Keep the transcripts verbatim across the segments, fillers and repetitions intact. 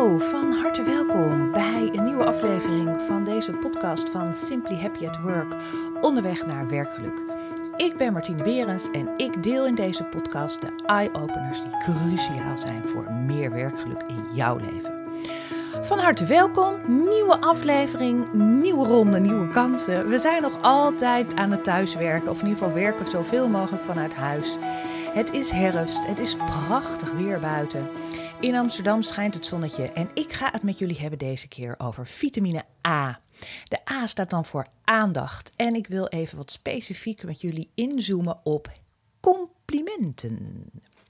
Hallo, van harte welkom bij een nieuwe aflevering van deze podcast van Simply Happy at Work, onderweg naar werkgeluk. Ik ben Martine Berends en ik deel in deze podcast de eye-openers die cruciaal zijn voor meer werkgeluk in jouw leven. Van harte welkom, nieuwe aflevering, nieuwe ronde, nieuwe kansen. We zijn nog altijd aan het thuiswerken, of in ieder geval werken zoveel mogelijk vanuit huis. Het is herfst, het is prachtig weer buiten. In Amsterdam schijnt het zonnetje en ik ga het met jullie hebben deze keer over vitamine A. De A staat dan voor aandacht en ik wil even wat specifiek met jullie inzoomen op complimenten.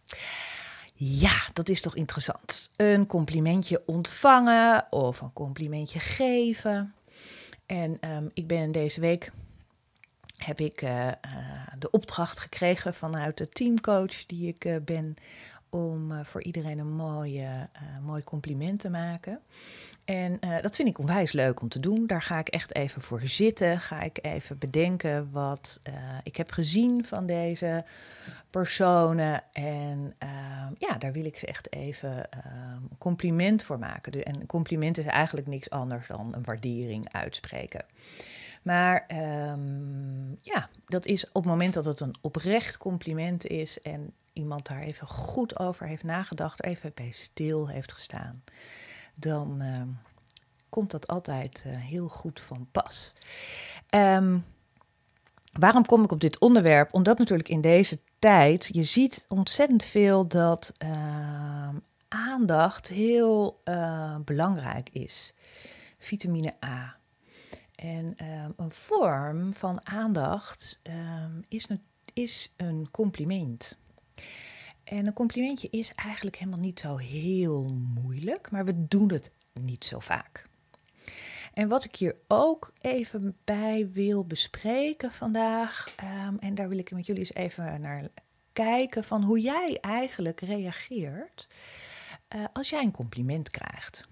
Ja, dat is toch interessant. Een complimentje ontvangen of een complimentje geven. En um, ik ben deze week, heb ik uh, uh, de opdracht gekregen vanuit de teamcoach die ik uh, ben, om uh, voor iedereen een mooie, uh, mooi compliment te maken. En uh, dat vind ik onwijs leuk om te doen. Daar ga ik echt even voor zitten. Ga ik even bedenken wat uh, ik heb gezien van deze personen. En uh, ja, daar wil ik ze echt even uh, een compliment voor maken. En een compliment is eigenlijk niks anders dan een waardering uitspreken. Maar um, ja, dat is op het moment dat het een oprecht compliment is en iemand daar even goed over heeft nagedacht, even bij stil heeft gestaan, dan uh, komt dat altijd uh, heel goed van pas. Um, waarom kom ik op dit onderwerp? Omdat natuurlijk in deze tijd, je ziet ontzettend veel dat uh, aandacht heel uh, belangrijk is. Vitamine A. En uh, een vorm van aandacht uh, is, is een compliment. En een complimentje is eigenlijk helemaal niet zo heel moeilijk, maar we doen het niet zo vaak. En wat ik hier ook even bij wil bespreken vandaag, um, en daar wil ik met jullie eens even naar kijken van hoe jij eigenlijk reageert uh, als jij een compliment krijgt.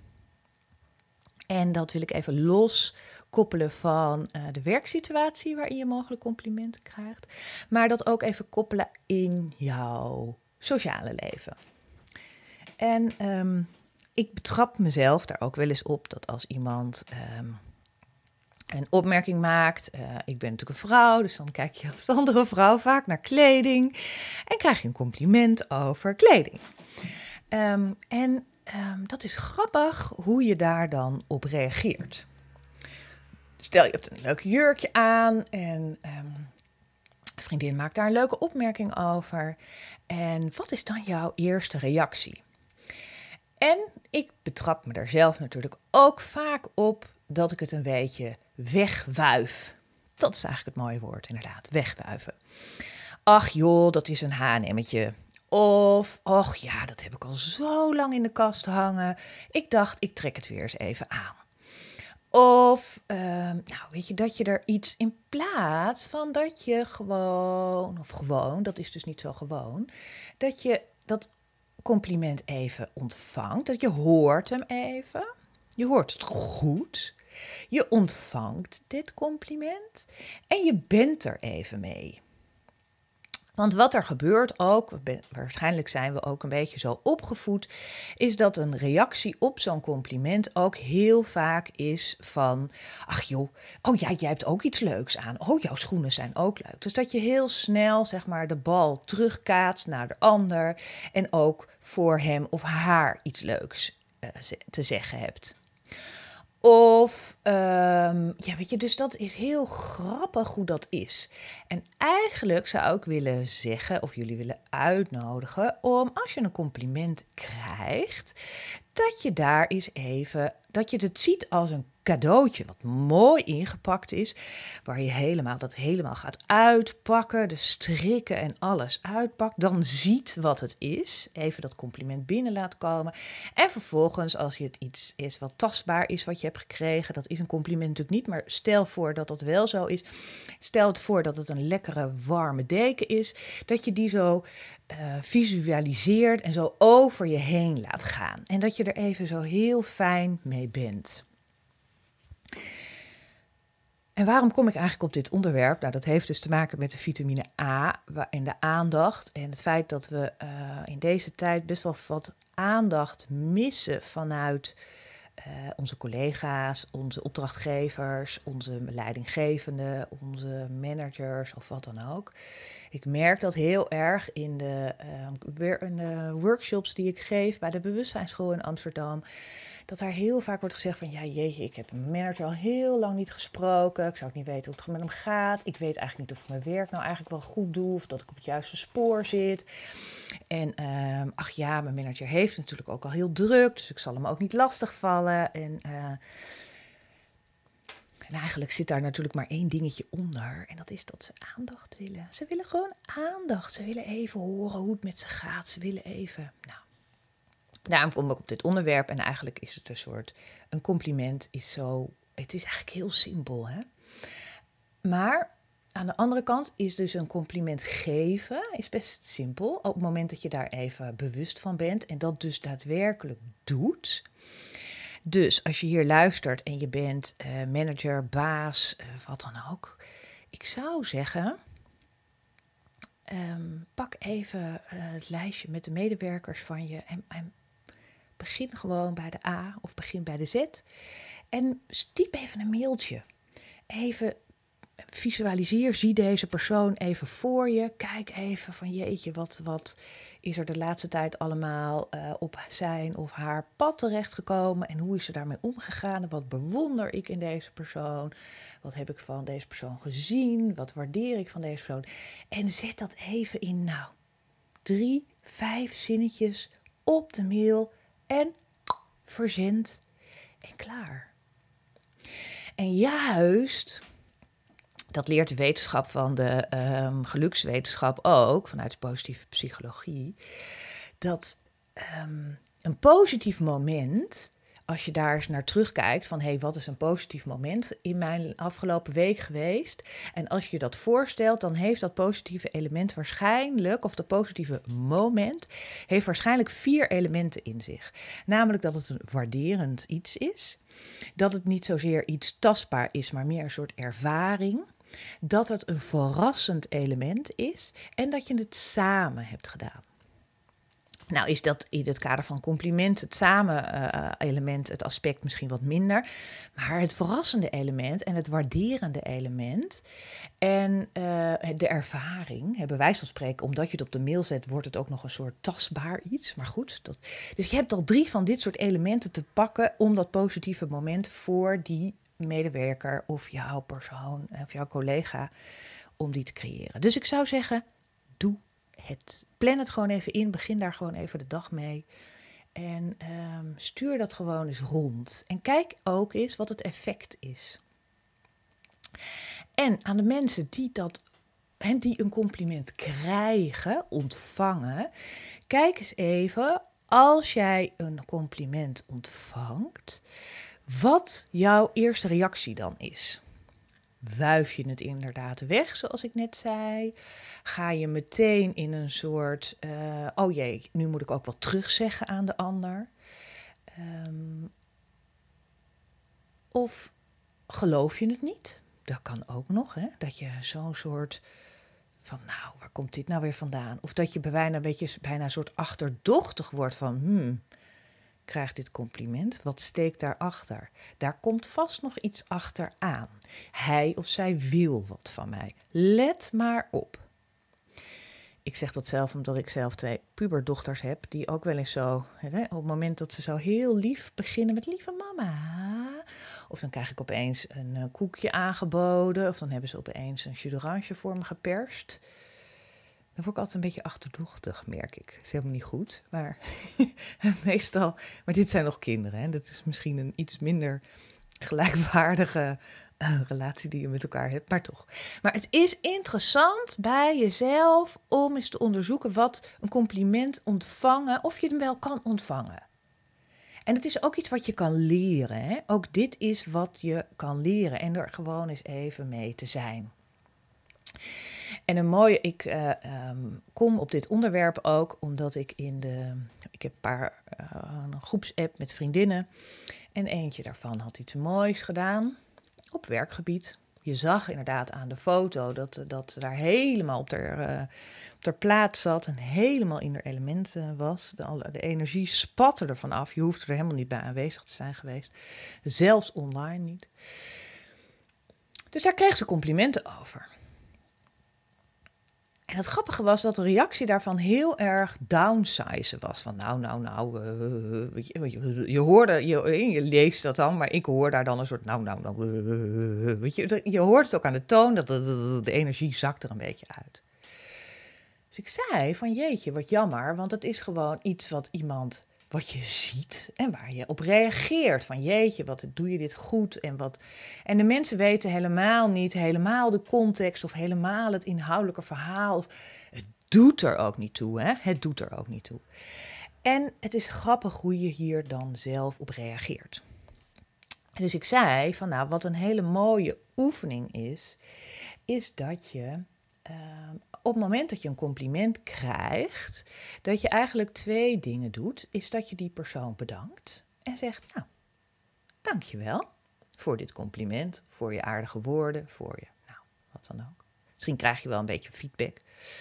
En dat wil ik even loskoppelen van uh, de werksituatie waarin je mogelijk complimenten krijgt. Maar dat ook even koppelen in jouw sociale leven. En um, ik betrap mezelf daar ook wel eens op dat als iemand um, een opmerking maakt. Uh, ik ben natuurlijk een vrouw, dus dan kijk je als andere vrouw vaak naar kleding. En krijg je een compliment over kleding. Um, en um, dat is grappig hoe je daar dan op reageert. Stel je hebt een leuk jurkje aan en um, een vriendin maakt daar een leuke opmerking over. En wat is dan jouw eerste reactie? En ik betrap me daar zelf natuurlijk ook vaak op dat ik het een beetje wegwuif. Dat is eigenlijk het mooie woord, inderdaad, wegwuiven. Ach joh, dat is een H en M'tje. Of, och ja, dat heb ik al zo lang in de kast hangen. Ik dacht, ik trek het weer eens even aan. Of, uh, nou weet je, dat je er iets in plaats van dat je gewoon, of gewoon, dat is dus niet zo gewoon, dat je dat compliment even ontvangt, dat je hoort hem even, je hoort het goed, je ontvangt dit compliment en je bent er even mee. Want wat er gebeurt ook, waarschijnlijk zijn we ook een beetje zo opgevoed, is dat een reactie op zo'n compliment ook heel vaak is van, ach joh, oh ja, jij hebt ook iets leuks aan. Oh, jouw schoenen zijn ook leuk. Dus dat je heel snel, zeg maar, de bal terugkaatst naar de ander en ook voor hem of haar iets leuks uh, te zeggen hebt. Of, um, ja weet je, dus dat is heel grappig hoe dat is. En eigenlijk zou ik willen zeggen, of jullie willen uitnodigen, om als je een compliment krijgt, dat je daar eens even, dat je het ziet als een cadeautje wat mooi ingepakt is, waar je helemaal dat helemaal gaat uitpakken, de strikken en alles uitpakt, dan ziet wat het is, even dat compliment binnen laat komen en vervolgens als je het iets is wat tastbaar is wat je hebt gekregen, dat is een compliment natuurlijk niet, maar stel voor dat dat wel zo is, stel het voor dat het een lekkere warme deken is, dat je die zo uh, visualiseert en zo over je heen laat gaan en dat je er even zo heel fijn mee bent. En waarom kom ik eigenlijk op dit onderwerp? Nou, dat heeft dus te maken met de vitamine A en de aandacht. En het feit dat we uh, in deze tijd best wel wat aandacht missen vanuit uh, onze collega's, onze opdrachtgevers, onze leidinggevenden, onze managers of wat dan ook. Ik merk dat heel erg in de, uh, in de workshops die ik geef bij de Bewustzijnsschool in Amsterdam. Dat daar heel vaak wordt gezegd van, ja jeetje, ik heb mijn manager al heel lang niet gesproken. Ik zou ook niet weten hoe het met hem gaat. Ik weet eigenlijk niet of ik mijn werk nou eigenlijk wel goed doe of dat ik op het juiste spoor zit. En uh, ach ja, mijn manager heeft natuurlijk ook al heel druk, dus ik zal hem ook niet lastigvallen. En, uh, en eigenlijk zit daar natuurlijk maar één dingetje onder. En dat is dat ze aandacht willen. Ze willen gewoon aandacht. Ze willen even horen hoe het met ze gaat. Ze willen even, nou. Daarom kom ik op dit onderwerp en eigenlijk is het een soort, een compliment is zo, het is eigenlijk heel simpel, hè. Maar aan de andere kant is dus een compliment geven, is best simpel. Op het moment dat je daar even bewust van bent en dat dus daadwerkelijk doet. Dus als je hier luistert en je bent uh, manager, baas, uh, wat dan ook. Ik zou zeggen, um, pak even uh, het lijstje met de medewerkers van je en, en begin gewoon bij de A of begin bij de Z. En typ even een mailtje. Even visualiseer, zie deze persoon even voor je. Kijk even van jeetje, wat, wat is er de laatste tijd allemaal uh, op zijn of haar pad terechtgekomen. En hoe is ze daarmee omgegaan? En wat bewonder ik in deze persoon? Wat heb ik van deze persoon gezien? Wat waardeer ik van deze persoon? En zet dat even in, nou, drie, vijf zinnetjes op de mail. En verzend en klaar. En juist, dat leert de wetenschap van de um, gelukswetenschap ook, vanuit de positieve psychologie, dat um, een positief moment, als je daar eens naar terugkijkt van, hé, hey, wat is een positief moment in mijn afgelopen week geweest? En als je dat voorstelt, dan heeft dat positieve element waarschijnlijk, of dat positieve moment, heeft waarschijnlijk vier elementen in zich. Namelijk dat het een waarderend iets is, dat het niet zozeer iets tastbaar is, maar meer een soort ervaring, dat het een verrassend element is en dat je het samen hebt gedaan. Nou is dat in het kader van compliment, het samen-element, uh, het aspect misschien wat minder. Maar het verrassende element en het waarderende element en uh, de ervaring, hè, bij wijze van spreken, omdat je het op de mail zet, wordt het ook nog een soort tastbaar iets. Maar goed, dat, dus je hebt al drie van dit soort elementen te pakken om dat positieve moment voor die medewerker of jouw persoon of jouw collega, om die te creëren. Dus ik zou zeggen, doe het. Plan het gewoon even in, begin daar gewoon even de dag mee. En um, stuur dat gewoon eens rond. En kijk ook eens wat het effect is. En aan de mensen die, dat, en die een compliment krijgen, ontvangen, kijk eens even, als jij een compliment ontvangt, wat jouw eerste reactie dan is. Wuif je het inderdaad weg, zoals ik net zei? Ga je meteen in een soort, uh, oh jee, nu moet ik ook wat terugzeggen aan de ander? Um, of geloof je het niet? Dat kan ook nog, hè? Dat je zo'n soort van, nou, waar komt dit nou weer vandaan? Of dat je bijna een beetje bijna een soort achterdochtig wordt van, hmm, ik krijg dit compliment, wat steekt daarachter? Daar komt vast nog iets achteraan. Hij of zij wil wat van mij. Let maar op. Ik zeg dat zelf omdat ik zelf twee puberdochters heb, die ook wel eens zo, hè, op het moment dat ze zo heel lief beginnen met lieve mama, of dan krijg ik opeens een uh, koekje aangeboden, of dan hebben ze opeens een jus d'orange voor me geperst. Dan word ik altijd een beetje achterdochtig, merk ik. Dat is helemaal niet goed, maar meestal, maar dit zijn nog kinderen, hè? Dat is misschien een iets minder gelijkwaardige uh, relatie die je met elkaar hebt, maar toch. Maar het is interessant bij jezelf om eens te onderzoeken wat een compliment ontvangen, of je hem wel kan ontvangen. En het is ook iets wat je kan leren, hè? Ook dit is wat je kan leren en er gewoon eens even mee te zijn. En een mooie, ik uh, um, kom op dit onderwerp ook omdat ik in de, ik heb een paar, uh, een groepsapp met vriendinnen en eentje daarvan had iets moois gedaan op werkgebied. Je zag inderdaad aan de foto dat, dat ze daar helemaal op haar, uh, op haar plaats zat en helemaal in haar element uh, was. De, de energie spatte er vanaf. Je hoeft er helemaal niet bij aanwezig te zijn geweest. Zelfs online niet. Dus daar kreeg ze complimenten over. En het grappige was dat de reactie daarvan heel erg downsizen was. Van nou, nou, nou, uh, weet je, je, je hoorde, je, je leest dat dan, maar ik hoor daar dan een soort nou, nou, nou, uh, weet je. Je hoort het ook aan de toon, dat de, de energie zakt er een beetje uit. Dus ik zei van jeetje, wat jammer, want het is gewoon iets wat iemand, wat je ziet en waar je op reageert. Van jeetje, wat doe je dit goed en wat. En de mensen weten helemaal niet, helemaal de context of helemaal het inhoudelijke verhaal. Het doet er ook niet toe, hè? Het doet er ook niet toe. En het is grappig hoe je hier dan zelf op reageert. Dus ik zei van nou, wat een hele mooie oefening is, is dat je Uh, op het moment dat je een compliment krijgt, dat je eigenlijk twee dingen doet, is dat je die persoon bedankt en zegt, nou, dankjewel voor dit compliment, voor je aardige woorden, voor je, nou, wat dan ook. Misschien krijg je wel een beetje feedback.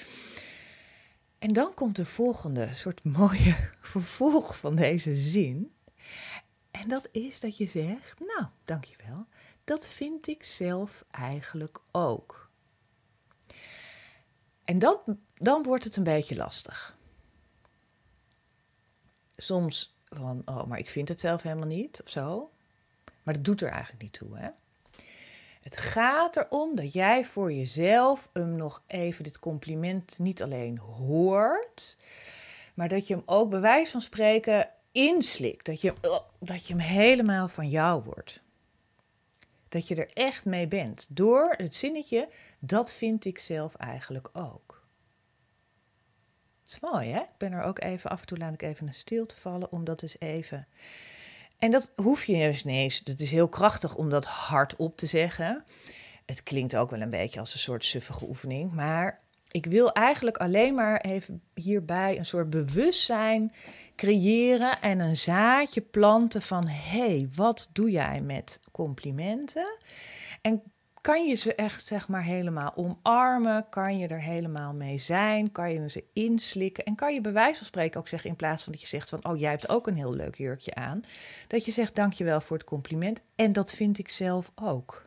En dan komt de volgende soort mooie vervolg van deze zin. En dat is dat je zegt, nou, dankjewel, dat vind ik zelf eigenlijk ook. En dat, dan wordt het een beetje lastig. Soms van, oh, maar ik vind het zelf helemaal niet, of zo. Maar dat doet er eigenlijk niet toe, hè. Het gaat erom dat jij voor jezelf hem nog even dit compliment niet alleen hoort, maar dat je hem ook bij wijze van spreken inslikt. Dat je, oh, dat je hem helemaal van jou wordt. Dat je er echt mee bent. Door het zinnetje, dat vind ik zelf eigenlijk ook. Dat is mooi, hè? Ik ben er ook even, af en toe laat ik even een stilte vallen, om dat eens even. En dat hoef je dus niet eens. Het is heel krachtig om dat hardop te zeggen. Het klinkt ook wel een beetje als een soort suffige oefening. Maar ik wil eigenlijk alleen maar even hierbij een soort bewustzijn creëren en een zaadje planten van, hé, hey, wat doe jij met complimenten? En kan je ze echt, zeg maar, helemaal omarmen? Kan je er helemaal mee zijn? Kan je ze inslikken? En kan je bij wijze van spreken ook zeggen, in plaats van dat je zegt van, oh, jij hebt ook een heel leuk jurkje aan, dat je zegt, dankjewel voor het compliment. En dat vind ik zelf ook.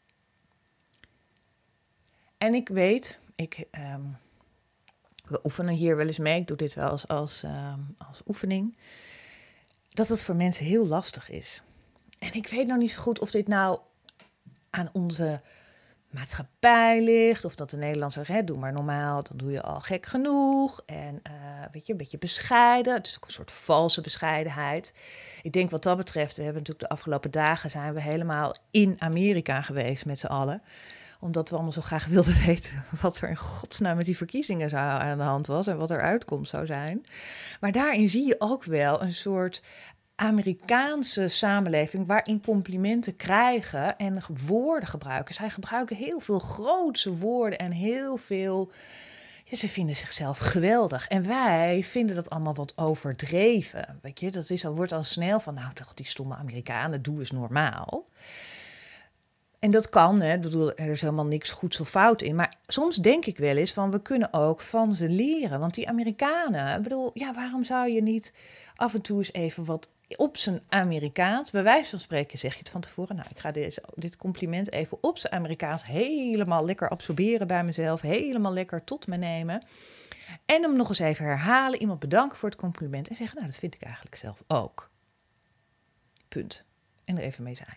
En ik weet, ik, um, we oefenen hier wel eens mee, ik doe dit wel als, als, um, als oefening, dat het voor mensen heel lastig is. En ik weet nou niet zo goed of dit nou aan onze maatschappij ligt, of dat de Nederlanders zeggen, doe maar normaal, dan doe je al gek genoeg. En uh, weet je, een beetje bescheiden. Het is ook een soort valse bescheidenheid. Ik denk wat dat betreft, we hebben natuurlijk de afgelopen dagen zijn we helemaal in Amerika geweest met z'n allen. Omdat we allemaal zo graag wilden weten wat er in godsnaam met die verkiezingen zou aan de hand was en wat er uitkomst zou zijn. Maar daarin zie je ook wel een soort Amerikaanse samenleving waarin complimenten krijgen en woorden gebruiken. Zij gebruiken heel veel grootse woorden en heel veel. Ja, ze vinden zichzelf geweldig. En wij vinden dat allemaal wat overdreven. Weet je, dat is al, wordt al snel van, nou, die stomme Amerikanen, doe eens normaal. En dat kan, hè, ik bedoel, er is helemaal niks goeds of fout in. Maar soms denk ik wel eens van, we kunnen ook van ze leren. Want die Amerikanen, ik bedoel, ja, waarom zou je niet af en toe eens even wat op zijn Amerikaans, bij wijze van spreken zeg je het van tevoren, nou, ik ga deze, dit compliment even op zijn Amerikaans helemaal lekker absorberen bij mezelf, helemaal lekker tot me nemen. En hem nog eens even herhalen, iemand bedanken voor het compliment en zeggen, nou, dat vind ik eigenlijk zelf ook. Punt. En er even mee zijn.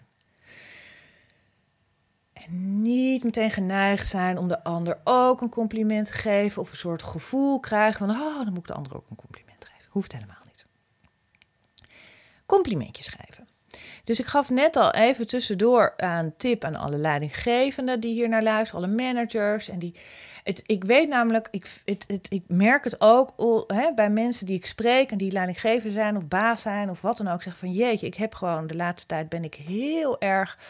En niet meteen geneigd zijn om de ander ook een compliment te geven of een soort gevoel krijgen van, oh, dan moet ik de ander ook een compliment geven. Hoeft helemaal niet. Complimentjes geven. Dus ik gaf net al even tussendoor een tip aan alle leidinggevenden die hier naar luisteren, alle managers. En die, het, ik weet namelijk, ik, het, het, ik merk het ook he, bij mensen die ik spreek en die leidinggevend zijn of baas zijn of wat dan ook. Zeggen van jeetje, ik heb gewoon de laatste tijd ben ik heel erg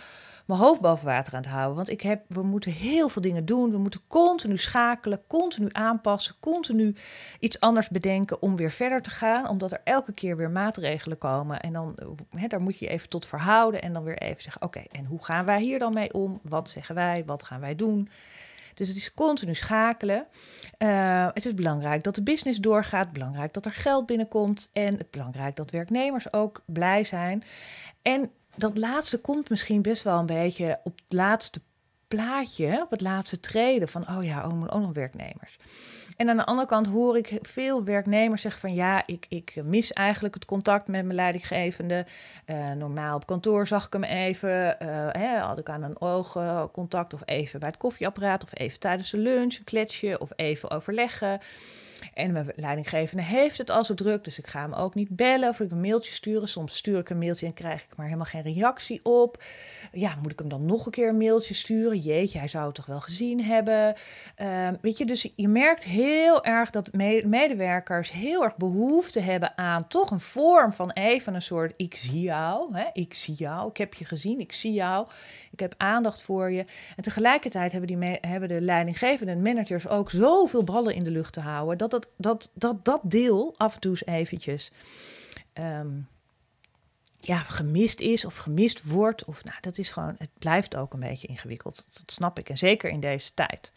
mijn hoofd boven water aan het houden. Want ik heb, we moeten heel veel dingen doen. We moeten continu schakelen, continu aanpassen, continu iets anders bedenken om weer verder te gaan. Omdat er elke keer weer maatregelen komen. En dan, hè, daar moet je even tot verhouden en dan weer even zeggen, oké, okay, en hoe gaan wij hier dan mee om? Wat zeggen wij? Wat gaan wij doen? Dus het is continu schakelen. Uh, het is belangrijk dat de business doorgaat. Belangrijk dat er geld binnenkomt. En het belangrijk dat werknemers ook blij zijn. En dat laatste komt misschien best wel een beetje op het laatste plaatje. Op het laatste treden van, oh ja, oh, ook nog werknemers. En aan de andere kant hoor ik veel werknemers zeggen van ja, ik, ik mis eigenlijk het contact met mijn leidinggevende. Uh, normaal op kantoor zag ik hem even, uh, hè, had ik aan een oogcontact of even bij het koffieapparaat of even tijdens de lunch, een kletsje of even overleggen. En mijn leidinggevende heeft het al zo druk, dus ik ga hem ook niet bellen of ik een mailtje sturen. Soms stuur ik een mailtje en krijg ik maar helemaal geen reactie op. Ja, moet ik hem dan nog een keer een mailtje sturen? Jeetje, hij zou het toch wel gezien hebben. Uh, weet je, dus je merkt heel erg dat medewerkers heel erg behoefte hebben aan toch een vorm van even een soort ik zie jou. Hè? Ik zie jou, ik heb je gezien, ik zie jou. Ik heb aandacht voor je. En tegelijkertijd hebben, die me- hebben de leidinggevende en managers ook zoveel ballen in de lucht te houden. Dat dat, dat, dat, dat deel af en toe eens eventjes um, ja, gemist is of gemist wordt. Of, nou, dat is gewoon, het blijft ook een beetje ingewikkeld. Dat snap ik. En zeker in deze tijd.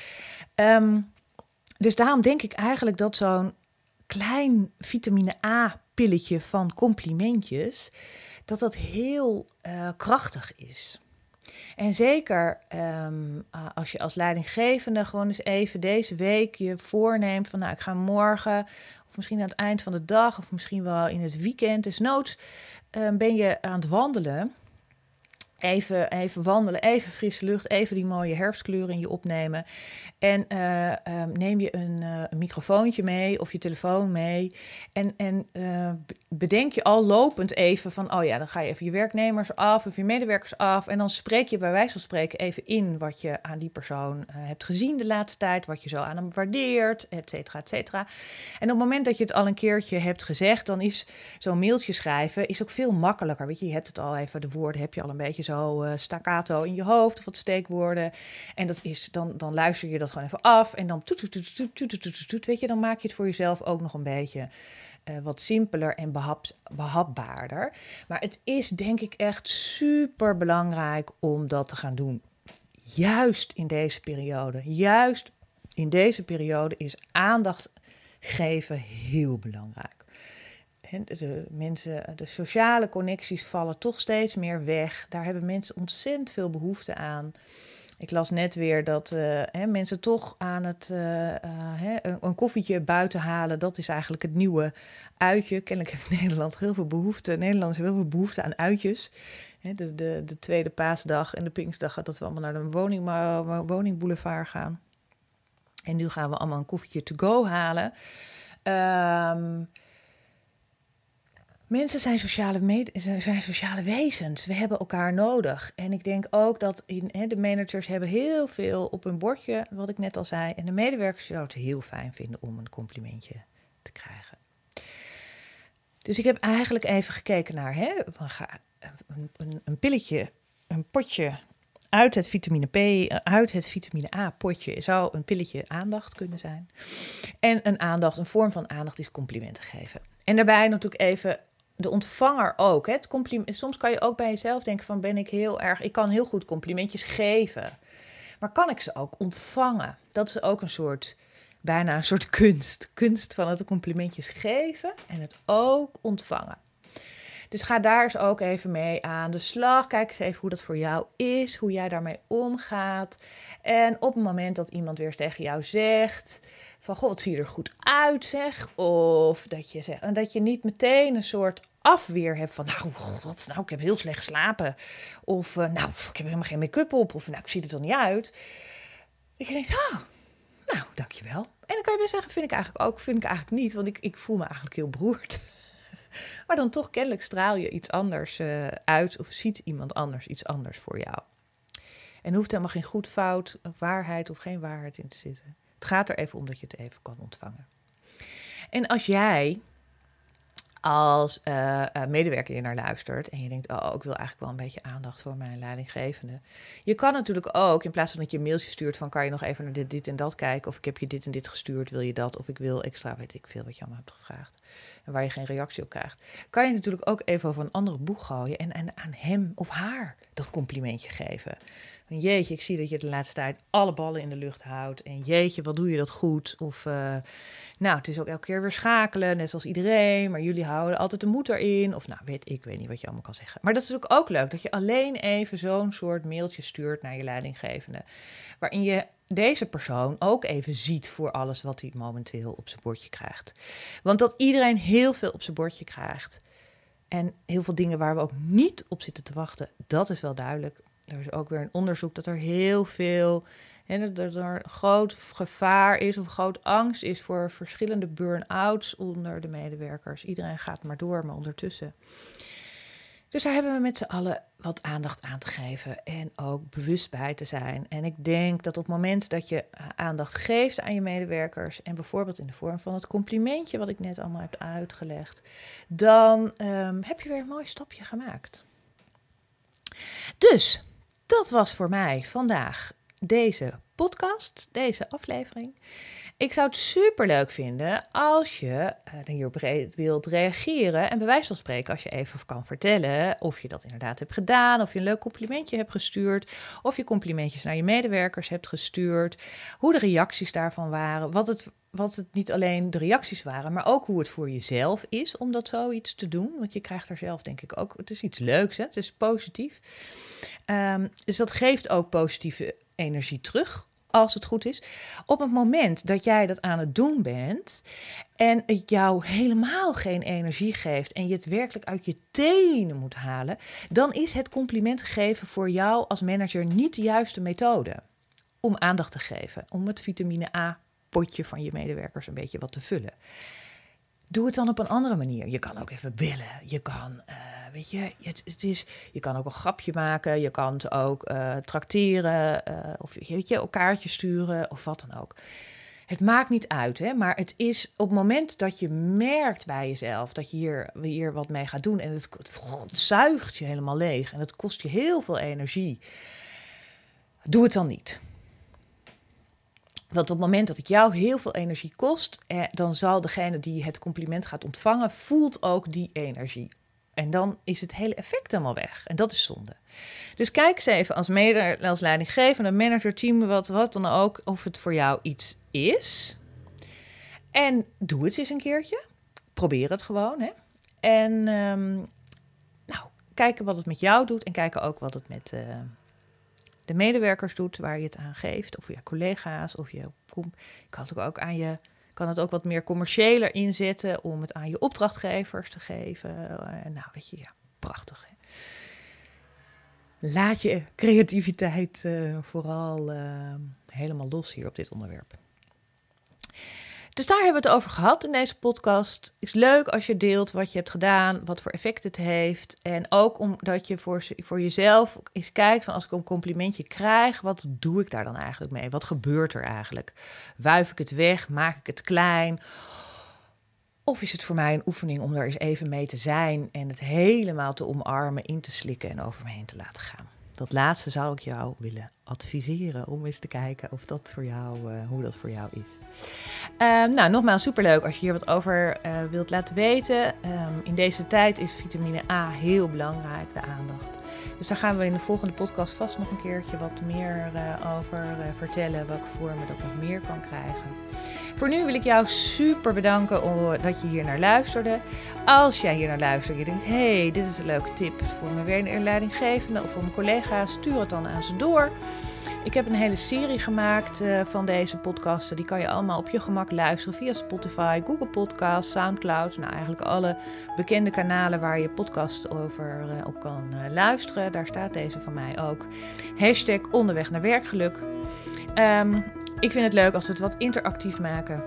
Um, dus daarom denk ik eigenlijk dat zo'n klein vitamine A-pilletje van complimentjes, dat dat heel uh, krachtig is. En zeker um, als je als leidinggevende gewoon eens even deze week je voorneemt van nou, ik ga morgen of misschien aan het eind van de dag of misschien wel in het weekend, desnoods um, ben je aan het wandelen. Even, even wandelen, even frisse lucht, even die mooie herfstkleuren in je opnemen. En uh, uh, neem je een, uh, een microfoontje mee of je telefoon mee. En, en uh, bedenk je al lopend even van, oh ja, dan ga je even je werknemers af of je medewerkers af. En dan spreek je bij wijze van spreken even in wat je aan die persoon uh, hebt gezien de laatste tijd. Wat je zo aan hem waardeert, et cetera, et cetera. En op het moment dat je het al een keertje hebt gezegd, dan is zo'n mailtje schrijven is ook veel makkelijker. Weet je, je hebt het al even, de woorden heb je al een beetje zo uh, staccato in je hoofd of wat steekwoorden. En dat is, dan, dan luister je dat gewoon even af en dan toet, toet, toet, toet, toet, toet, toet, weet je, dan maak je het voor jezelf ook nog een beetje uh, wat simpeler en behap, behapbaarder. Maar het is denk ik echt super belangrijk om dat te gaan doen. Juist in deze periode. Juist in deze periode is aandacht geven heel belangrijk. De mensen, de sociale connecties vallen toch steeds meer weg. Daar hebben mensen ontzettend veel behoefte aan. Ik las net weer dat uh, hè, mensen toch aan het uh, uh, hè, een, een koffietje buiten halen. Dat is eigenlijk het nieuwe uitje. Kennelijk heeft Nederland heel veel behoefte. Nederlanders hebben heel veel behoefte aan uitjes. Hè, de, de, de tweede paasdag en de Pinksterdag dat we allemaal naar de woning, uh, woningboulevard gaan. En nu gaan we allemaal een koffietje to go halen. Um, Mensen zijn sociale, med- zijn sociale wezens. We hebben elkaar nodig. En ik denk ook dat in, hè, de managers hebben heel veel op hun bordje, wat ik net al zei. En de medewerkers zouden het heel fijn vinden om een complimentje te krijgen. Dus ik heb eigenlijk even gekeken naar hè, een, een, een pilletje, een potje uit het vitamine P, uit het vitamine A potje zou een pilletje aandacht kunnen zijn. En een aandacht, een vorm van aandacht is complimenten geven. En daarbij natuurlijk even de ontvanger ook. Hè? Het compliment, soms kan je ook bij jezelf denken van ben ik heel erg, ik kan heel goed complimentjes geven. Maar kan ik ze ook ontvangen? Dat is ook een soort, bijna een soort kunst. Kunst van het complimentjes geven en het ook ontvangen. Dus ga daar eens ook even mee aan de slag. Kijk eens even hoe dat voor jou is, hoe jij daarmee omgaat. En op het moment dat iemand weer eens tegen jou zegt van goh, wat zie je er goed uit zeg. Of dat je, zegt, en dat je niet meteen een soort afweer hebt van nou, wat, nou ik heb heel slecht geslapen. Of uh, nou, ik heb helemaal geen make-up op. Of nou, ik zie er dan niet uit. Dat je denkt, ah, nou, dankjewel. En dan kan je best zeggen, vind ik eigenlijk ook, vind ik eigenlijk niet. Want ik, ik voel me eigenlijk heel beroerd. Maar dan toch kennelijk straal je iets anders uh, uit of ziet iemand anders iets anders voor jou. En er hoeft helemaal geen goed, fout, of waarheid of geen waarheid in te zitten. Het gaat er even om dat je het even kan ontvangen. En als jij Als uh, uh, medewerker je naar luistert en je denkt, oh, ik wil eigenlijk wel een beetje aandacht voor mijn leidinggevende. Je kan natuurlijk ook, in plaats van dat je een mailtje stuurt van, kan je nog even naar dit, dit en dat kijken, of ik heb je dit en dit gestuurd, wil je dat, of ik wil extra, weet ik veel wat je allemaal hebt gevraagd, en waar je geen reactie op krijgt, kan je natuurlijk ook even over een andere boeg gooien en, en aan hem of haar dat complimentje geven. En jeetje, ik zie dat je de laatste tijd alle ballen in de lucht houdt. En jeetje, wat doe je dat goed? Of, uh, nou, het is ook elke keer weer schakelen, net zoals iedereen. Maar jullie houden altijd de moed erin. Of nou, weet ik weet niet wat je allemaal kan zeggen. Maar dat is natuurlijk ook leuk, dat je alleen even zo'n soort mailtje stuurt naar je leidinggevende. Waarin je deze persoon ook even ziet voor alles wat hij momenteel op zijn bordje krijgt. Want dat iedereen heel veel op zijn bordje krijgt. En heel veel dingen waar we ook niet op zitten te wachten, dat is wel duidelijk. Er is ook weer een onderzoek dat er heel veel, hè, dat er een groot gevaar is of groot angst is voor verschillende burn-outs onder de medewerkers. Iedereen gaat maar door, maar ondertussen. Dus daar hebben we met z'n allen wat aandacht aan te geven en ook bewust bij te zijn. En ik denk dat op het moment dat je aandacht geeft aan je medewerkers, en bijvoorbeeld in de vorm van het complimentje wat ik net allemaal heb uitgelegd, dan um, heb je weer een mooi stapje gemaakt. Dus dat was voor mij vandaag deze podcast, deze aflevering. Ik zou het superleuk vinden als je uh, hierop re- wilt reageren. En bij wijze van spreken, als je even kan vertellen of je dat inderdaad hebt gedaan. Of je een leuk complimentje hebt gestuurd. Of je complimentjes naar je medewerkers hebt gestuurd. Hoe de reacties daarvan waren. Wat het, wat het niet alleen de reacties waren, maar ook hoe het voor jezelf is om dat zoiets te doen. Want je krijgt er zelf denk ik ook, het is iets leuks, hè? Het is positief. Um, dus dat geeft ook positieve energie terug. Als het goed is. Op het moment dat jij dat aan het doen bent en het jou helemaal geen energie geeft en je het werkelijk uit je tenen moet halen, dan is het compliment geven voor jou als manager niet de juiste methode om aandacht te geven. Om het vitamine A potje van je medewerkers een beetje wat te vullen. Doe het dan op een andere manier. Je kan ook even bellen. Je kan, uh, weet je, het, het is, je kan ook een grapje maken. Je kan het ook uh, trakteren. Uh, of weet je, een kaartje sturen of wat dan ook. Het maakt niet uit, hè, maar het is op het moment dat je merkt bij jezelf dat je hier, hier wat mee gaat doen en het, het zuigt je helemaal leeg en het kost je heel veel energie. Doe het dan niet. Want op het moment dat het jou heel veel energie kost, eh, dan zal degene die het compliment gaat ontvangen, voelt ook die energie. En dan is het hele effect helemaal weg. En dat is zonde. Dus kijk eens even als mede, als leidinggevende, manager, team, wat, wat dan ook, of het voor jou iets is. En doe het eens een keertje. Probeer het gewoon. Hè? En um, nou, kijken wat het met jou doet en kijken ook wat het met Uh, de medewerkers doet, waar je het aan geeft, of je collega's, of je kan het ook aan je, kan het ook wat meer commerciëler inzetten om het aan je opdrachtgevers te geven. Uh, nou, weet je, ja, prachtig. Hè? Laat je creativiteit uh, vooral uh, helemaal los hier op dit onderwerp. Dus daar hebben we het over gehad in deze podcast. Het is leuk als je deelt wat je hebt gedaan, wat voor effect het heeft. En ook omdat je voor, voor jezelf eens kijkt van als ik een complimentje krijg, wat doe ik daar dan eigenlijk mee? Wat gebeurt er eigenlijk? Wuif ik het weg? Maak ik het klein? Of is het voor mij een oefening om daar eens even mee te zijn en het helemaal te omarmen, in te slikken en over me heen te laten gaan? Dat laatste zou ik jou willen adviseren om eens te kijken of dat voor jou, uh, hoe dat voor jou is. Uh, nou, nogmaals, superleuk als je hier wat over uh, wilt laten weten. Um, in deze tijd is vitamine A heel belangrijk, de aandacht. Dus daar gaan we in de volgende podcast vast nog een keertje wat meer uh, over uh, vertellen, welke vormen dat nog meer kan krijgen. Voor nu wil ik jou super bedanken om, dat je hier naar luisterde. Als jij hier naar luistert en je denkt, hé, hey, dit is een leuke tip voor mijn leidinggevende of voor mijn collega's, stuur het dan aan ze door. Ik heb een hele serie gemaakt uh, van deze podcasten. Die kan je allemaal op je gemak luisteren via Spotify, Google Podcasts, Soundcloud. Nou, eigenlijk alle bekende kanalen waar je podcast over uh, op kan uh, luisteren. Daar staat deze van mij ook. Hashtag onderweg naar werkgeluk. Um, ik vind het leuk als we het wat interactief maken.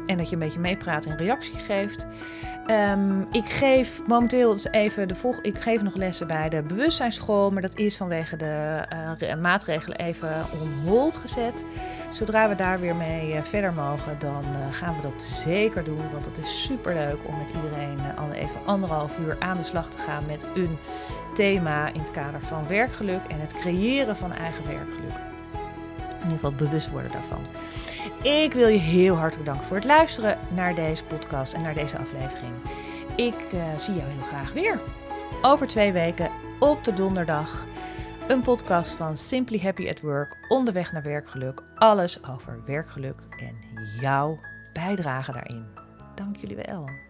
En dat je een beetje meepraat en reactie geeft. Um, ik geef momenteel dus even de volg- ik geef nog lessen bij de bewustzijnsschool, maar dat is vanwege de uh, maatregelen even on hold gezet. Zodra we daar weer mee uh, verder mogen, dan uh, gaan we dat zeker doen. Want het is superleuk om met iedereen uh, al even anderhalf uur aan de slag te gaan met een thema in het kader van werkgeluk en het creëren van eigen werkgeluk. In ieder geval bewust worden daarvan. Ik wil je heel hartelijk danken voor het luisteren naar deze podcast en naar deze aflevering. Ik uh, zie jou heel graag weer. Over twee weken op de donderdag. Een podcast van Simply Happy at Work. Onderweg naar werkgeluk. Alles over werkgeluk en jouw bijdrage daarin. Dank jullie wel.